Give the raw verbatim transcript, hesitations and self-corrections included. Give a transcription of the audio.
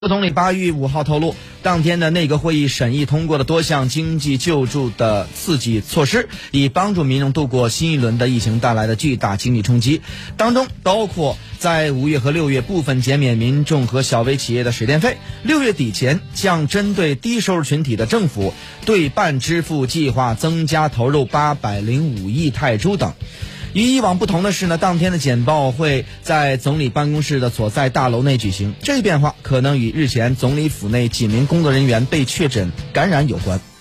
副总理巴育五号透露，当天的内阁会议审议通过了多项经济救助的刺激措施，以帮助民众度过新一轮的疫情带来的巨大经济冲击。当中包括在五月和六月部分减免民众和小微企业的水电费，六月底前将针对低收入群体的政府对半支付计划增加投入八百零五亿泰铢等。与以往不同的是呢，当天的简报会在总理办公室的所在大楼内举行，这一变化可能与日前总理府内几名工作人员被确诊感染有关。